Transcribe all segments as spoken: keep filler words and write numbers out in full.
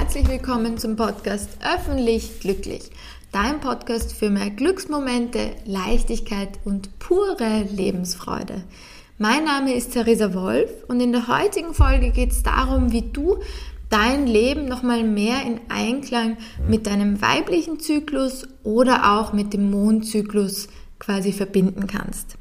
herzlich willkommen zum Podcast Öffentlich Glücklich, dein Podcast für mehr Glücksmomente, Leichtigkeit und pure Lebensfreude. Mein Name ist Theresa Wolf und in der heutigen Folge geht es darum, wie du dein Leben nochmal mehr in Einklang mit deinem weiblichen Zyklus oder auch mit dem Mondzyklus quasi verbinden kannst.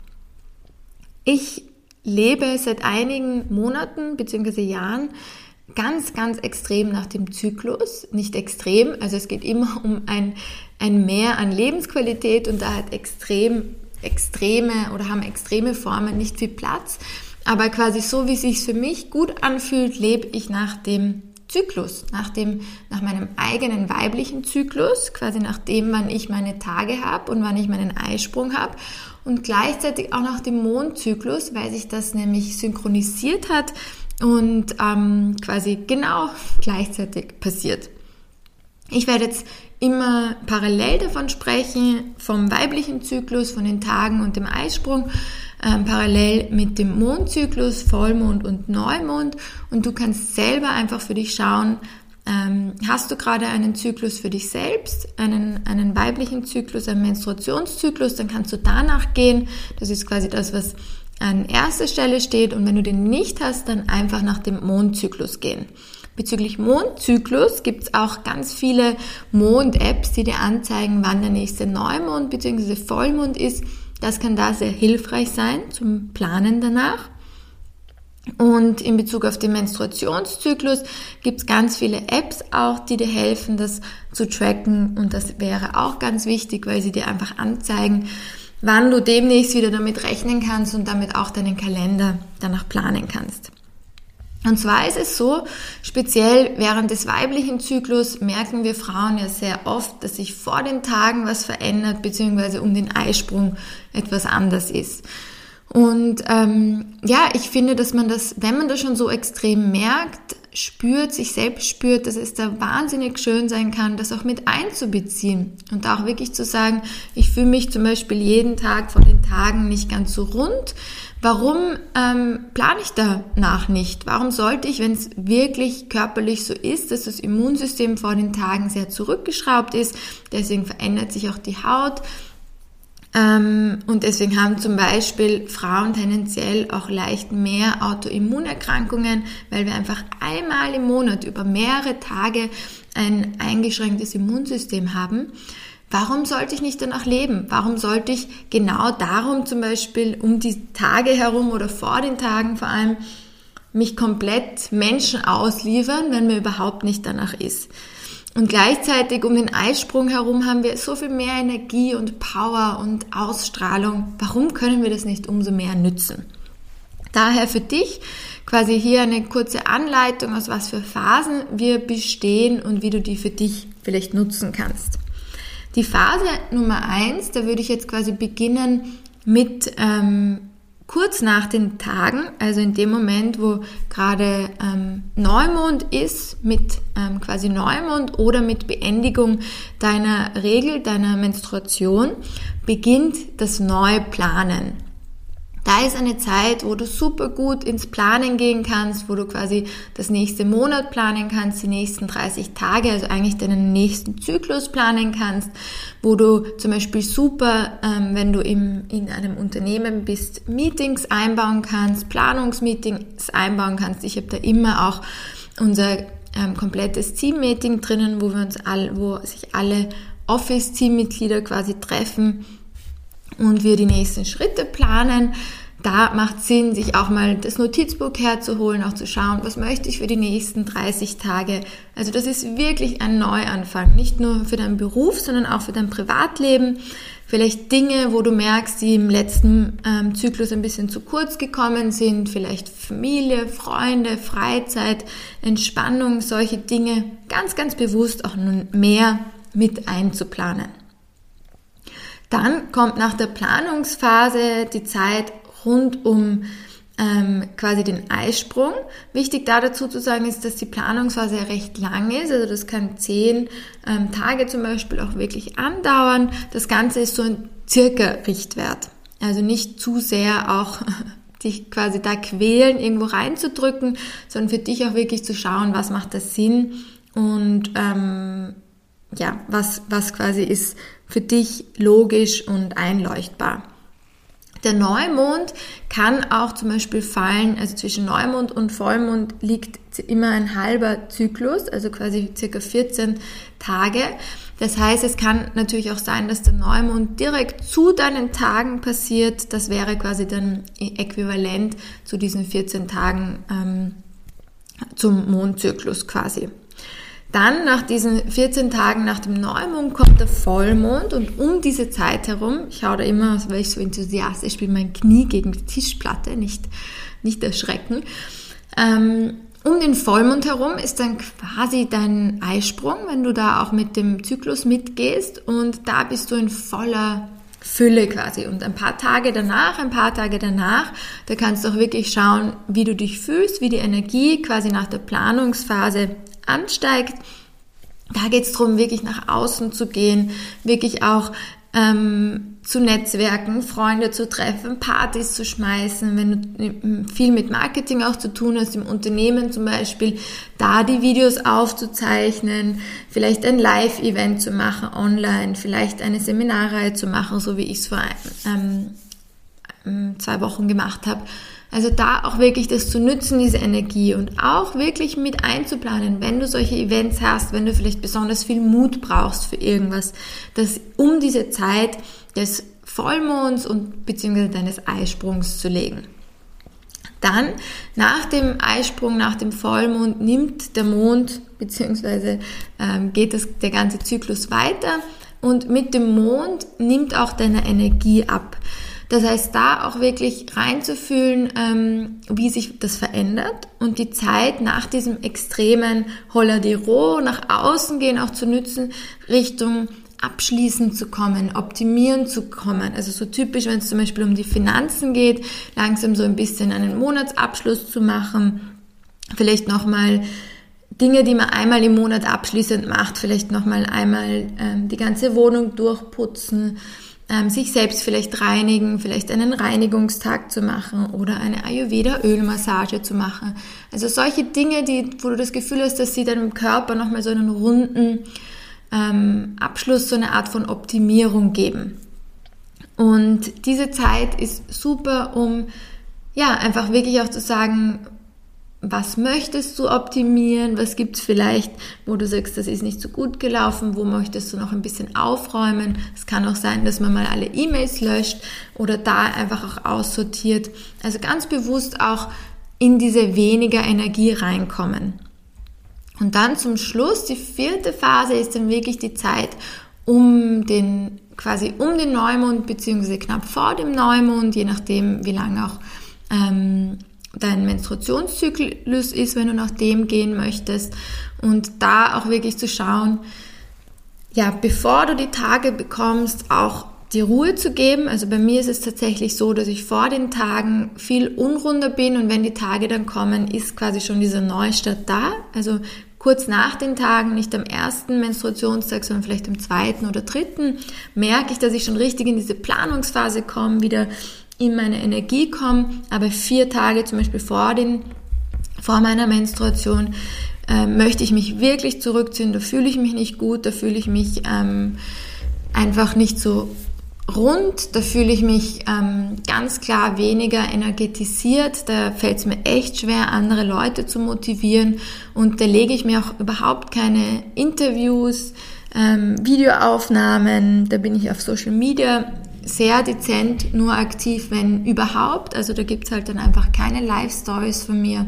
Ich lebe seit einigen Monaten bzw. Jahren ganz, ganz extrem nach dem Zyklus. Nicht extrem, also es geht immer um ein, ein Mehr an Lebensqualität und da hat extrem, extreme oder haben extreme Formen nicht viel Platz. Aber quasi so, wie es sich für mich gut anfühlt, lebe ich nach dem Zyklus, nach dem, nach meinem eigenen weiblichen Zyklus, quasi nach dem, wann ich meine Tage habe und wann ich meinen Eisprung habe. Und gleichzeitig auch nach dem Mondzyklus, weil sich das nämlich synchronisiert hat und ähm, quasi genau gleichzeitig passiert. Ich werde jetzt immer parallel davon sprechen, vom weiblichen Zyklus, von den Tagen und dem Eisprung, ähm, parallel mit dem Mondzyklus, Vollmond und Neumond. Und du kannst selber einfach für dich schauen, Ähm, hast du gerade einen Zyklus für dich selbst, einen, einen weiblichen Zyklus, einen Menstruationszyklus, dann kannst du danach gehen. Das ist quasi das, was an erster Stelle steht. Und wenn du den nicht hast, dann einfach nach dem Mondzyklus gehen. Bezüglich Mondzyklus gibt es auch ganz viele Mond-Apps, die dir anzeigen, wann der nächste Neumond bzw. Vollmond ist. Das kann da sehr hilfreich sein zum Planen danach. Und in Bezug auf den Menstruationszyklus gibt es ganz viele Apps auch, die dir helfen, das zu tracken. Und das wäre auch ganz wichtig, weil sie dir einfach anzeigen, wann du demnächst wieder damit rechnen kannst und damit auch deinen Kalender danach planen kannst. Und zwar ist es so, speziell während des weiblichen Zyklus merken wir Frauen ja sehr oft, dass sich vor den Tagen was verändert, beziehungsweise um den Eisprung etwas anders ist. Und ähm, ja, ich finde, dass man das, wenn man das schon so extrem merkt, spürt, sich selbst spürt, dass es da wahnsinnig schön sein kann, das auch mit einzubeziehen und auch wirklich zu sagen, ich fühle mich zum Beispiel jeden Tag vor den Tagen nicht ganz so rund. Warum ähm, plane ich danach nicht? Warum sollte ich, wenn es wirklich körperlich so ist, dass das Immunsystem vor den Tagen sehr zurückgeschraubt ist, deswegen verändert sich auch die Haut, und deswegen haben zum Beispiel Frauen tendenziell auch leicht mehr Autoimmunerkrankungen, weil wir einfach einmal im Monat über mehrere Tage ein eingeschränktes Immunsystem haben. Warum sollte ich nicht danach leben? Warum sollte ich genau darum zum Beispiel um die Tage herum oder vor den Tagen vor allem mich komplett Menschen ausliefern, wenn mir überhaupt nicht danach ist? Und gleichzeitig um den Eisprung herum haben wir so viel mehr Energie und Power und Ausstrahlung. Warum können wir das nicht umso mehr nützen? Daher für dich quasi hier eine kurze Anleitung, aus was für Phasen wir bestehen und wie du die für dich vielleicht nutzen kannst. Die Phase Nummer eins, da würde ich jetzt quasi beginnen mit ähm, kurz nach den Tagen, also in dem Moment, wo gerade ähm, Neumond ist, mit ähm, quasi Neumond oder mit Beendigung deiner Regel, deiner Menstruation, beginnt das Neuplanen. Da ist eine Zeit, wo du super gut ins Planen gehen kannst, wo du quasi das nächste Monat planen kannst, die nächsten dreißig Tage, also eigentlich deinen nächsten Zyklus planen kannst, wo du zum Beispiel super, ähm, wenn du im, in einem Unternehmen bist, Meetings einbauen kannst, Planungsmeetings einbauen kannst. Ich habe da immer auch unser ähm, komplettes Team-Meeting drinnen, wo wir uns all, wo sich alle Office-Teammitglieder quasi treffen und wir die nächsten Schritte planen. Da macht es Sinn, sich auch mal das Notizbuch herzuholen, auch zu schauen, was möchte ich für die nächsten dreißig Tage. Also das ist wirklich ein Neuanfang, nicht nur für deinen Beruf, sondern auch für dein Privatleben. Vielleicht Dinge, wo du merkst, die im letzten ähm, Zyklus ein bisschen zu kurz gekommen sind, vielleicht Familie, Freunde, Freizeit, Entspannung, solche Dinge ganz, ganz bewusst auch nun mehr mit einzuplanen. Dann kommt nach der Planungsphase die Zeit rund um ähm, quasi den Eisprung. Wichtig da dazu zu sagen ist, dass die Planungsphase ja recht lang ist, also das kann zehn ähm, Tage zum Beispiel auch wirklich andauern. Das Ganze ist so ein circa Richtwert, also nicht zu sehr auch dich quasi da quälen, irgendwo reinzudrücken, sondern für dich auch wirklich zu schauen, was macht das Sinn und ähm, ja, was, was quasi ist für dich logisch und einleuchtbar. Der Neumond kann auch zum Beispiel fallen, also zwischen Neumond und Vollmond liegt immer ein halber Zyklus, also quasi circa vierzehn Tage. Das heißt, es kann natürlich auch sein, dass der Neumond direkt zu deinen Tagen passiert. Das wäre quasi dann äquivalent zu diesen vierzehn Tagen ähm, zum Mondzyklus quasi. Dann nach diesen vierzehn Tagen nach dem Neumond kommt der Vollmond und um diese Zeit herum, ich hau da immer, weil ich so enthusiastisch bin, mein Knie gegen die Tischplatte, nicht, nicht erschrecken. Ähm, um den Vollmond herum ist dann quasi dein Eisprung, wenn du da auch mit dem Zyklus mitgehst und da bist du in voller Fülle quasi. Und ein paar Tage danach, ein paar Tage danach, da kannst du auch wirklich schauen, wie du dich fühlst, wie die Energie quasi nach der Planungsphase ansteigt. Da geht es darum, wirklich nach außen zu gehen, wirklich auch ähm, zu netzwerken, Freunde zu treffen, Partys zu schmeißen, wenn du viel mit Marketing auch zu tun hast, im Unternehmen zum Beispiel, da die Videos aufzuzeichnen, vielleicht ein Live-Event zu machen online, vielleicht eine Seminarreihe zu machen, so wie ich es vor ähm, zwei Wochen gemacht habe. Also da auch wirklich das zu nutzen, diese Energie und auch wirklich mit einzuplanen, wenn du solche Events hast, wenn du vielleicht besonders viel Mut brauchst für irgendwas, das um diese Zeit des Vollmonds und beziehungsweise deines Eisprungs zu legen. Dann nach dem Eisprung, nach dem Vollmond nimmt der Mond beziehungsweise ähm, geht das, der ganze Zyklus weiter und mit dem Mond nimmt auch deine Energie ab. Das heißt, da auch wirklich reinzufühlen, ähm, wie sich das verändert und die Zeit nach diesem extremen Holladiro nach außen gehen auch zu nutzen, Richtung abschließen zu kommen, optimieren zu kommen. Also so typisch, wenn es zum Beispiel um die Finanzen geht, langsam so ein bisschen einen Monatsabschluss zu machen, vielleicht nochmal Dinge, die man einmal im Monat abschließend macht, vielleicht nochmal einmal ähm, die ganze Wohnung durchputzen, Ähm, sich selbst vielleicht reinigen, vielleicht einen Reinigungstag zu machen oder eine Ayurveda-Ölmassage zu machen. Also solche Dinge, die, wo du das Gefühl hast, dass sie deinem Körper nochmal so einen runden ähm, Abschluss, so eine Art von Optimierung geben. Und diese Zeit ist super, um ja einfach wirklich auch zu sagen, was möchtest du optimieren, was gibt's vielleicht, wo du sagst, das ist nicht so gut gelaufen, wo möchtest du noch ein bisschen aufräumen. Es kann auch sein, dass man mal alle E-Mails löscht oder da einfach auch aussortiert. Also ganz bewusst auch in diese weniger Energie reinkommen. Und dann zum Schluss, die vierte Phase ist dann wirklich die Zeit um den, quasi um den Neumond, beziehungsweise knapp vor dem Neumond, je nachdem, wie lange auch ähm, dein Menstruationszyklus ist, wenn du nach dem gehen möchtest und da auch wirklich zu schauen, ja, bevor du die Tage bekommst, auch die Ruhe zu geben. Also bei mir ist es tatsächlich so, dass ich vor den Tagen viel unrunder bin und wenn die Tage dann kommen, ist quasi schon dieser Neustart da. Also kurz nach den Tagen, nicht am ersten Menstruationstag, sondern vielleicht am zweiten oder dritten, merke ich, dass ich schon richtig in diese Planungsphase komme, wieder in meine Energie komme, aber vier Tage zum Beispiel vor, den, vor meiner Menstruation äh, möchte ich mich wirklich zurückziehen, da fühle ich mich nicht gut, da fühle ich mich ähm, einfach nicht so rund, da fühle ich mich ähm, ganz klar weniger energetisiert, da fällt es mir echt schwer, andere Leute zu motivieren und da lege ich mir auch überhaupt keine Interviews, ähm, Videoaufnahmen, da bin ich auf Social Media sehr dezent nur aktiv, wenn überhaupt. Also da gibt's halt dann einfach keine Live-Stories von mir.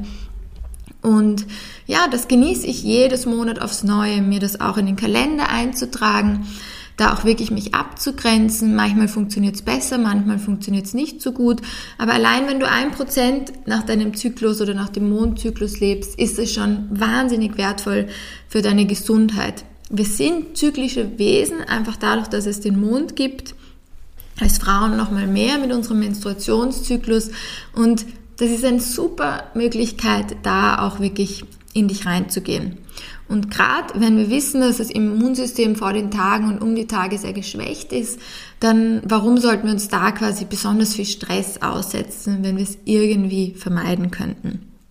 Und ja, das genieße ich jedes Monat aufs Neue, mir das auch in den Kalender einzutragen, da auch wirklich mich abzugrenzen. Manchmal funktioniert's besser, manchmal funktioniert's nicht so gut. Aber allein wenn du ein Prozent nach deinem Zyklus oder nach dem Mondzyklus lebst, ist es schon wahnsinnig wertvoll für deine Gesundheit. Wir sind zyklische Wesen, einfach dadurch, dass es den Mond gibt, als Frauen noch mal mehr mit unserem Menstruationszyklus und das ist eine super Möglichkeit, da auch wirklich in dich reinzugehen. Und gerade wenn wir wissen, dass das Immunsystem vor den Tagen und um die Tage sehr geschwächt ist, dann warum sollten wir uns da quasi besonders viel Stress aussetzen, wenn wir es irgendwie vermeiden könnten?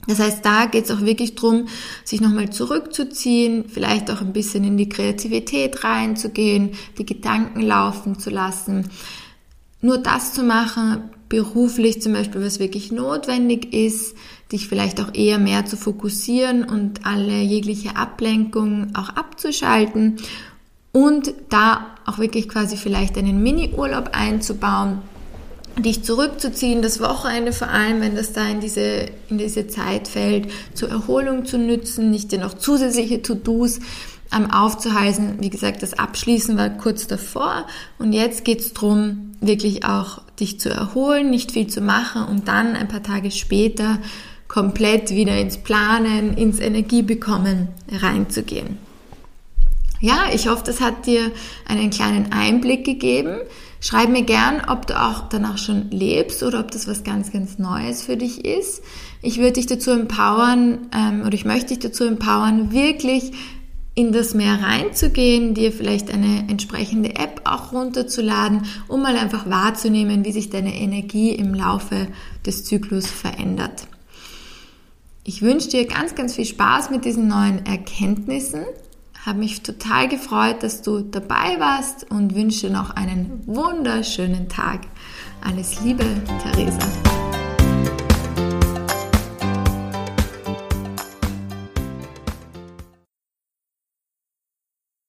Das heißt, da geht es auch wirklich darum, sich nochmal zurückzuziehen, vielleicht auch ein bisschen in die Kreativität reinzugehen, die Gedanken laufen zu lassen. Nur das zu machen, beruflich zum Beispiel, was wirklich notwendig ist, dich vielleicht auch eher mehr zu fokussieren und alle jegliche Ablenkung auch abzuschalten und da auch wirklich quasi vielleicht einen Mini-Urlaub einzubauen, dich zurückzuziehen, das Wochenende vor allem, wenn das da in diese, in diese Zeit fällt, zur Erholung zu nützen, nicht dir noch zusätzliche To-Dos ähm, aufzuhalsen. Wie gesagt, das Abschließen war kurz davor und jetzt geht's drum, wirklich auch dich zu erholen, nicht viel zu machen und dann ein paar Tage später komplett wieder ins Planen, ins Energiebekommen reinzugehen. Ja, ich hoffe, das hat dir einen kleinen Einblick gegeben. Schreib mir gern, ob du auch danach schon lebst oder ob das was ganz, ganz Neues für dich ist. Ich würde dich dazu empowern, ähm, oder ich möchte dich dazu empowern, wirklich in das Meer reinzugehen, dir vielleicht eine entsprechende App auch runterzuladen, um mal einfach wahrzunehmen, wie sich deine Energie im Laufe des Zyklus verändert. Ich wünsche dir ganz, ganz viel Spaß mit diesen neuen Erkenntnissen. Habe mich total gefreut, dass du dabei warst und wünsche dir noch einen wunderschönen Tag. Alles Liebe, Theresa.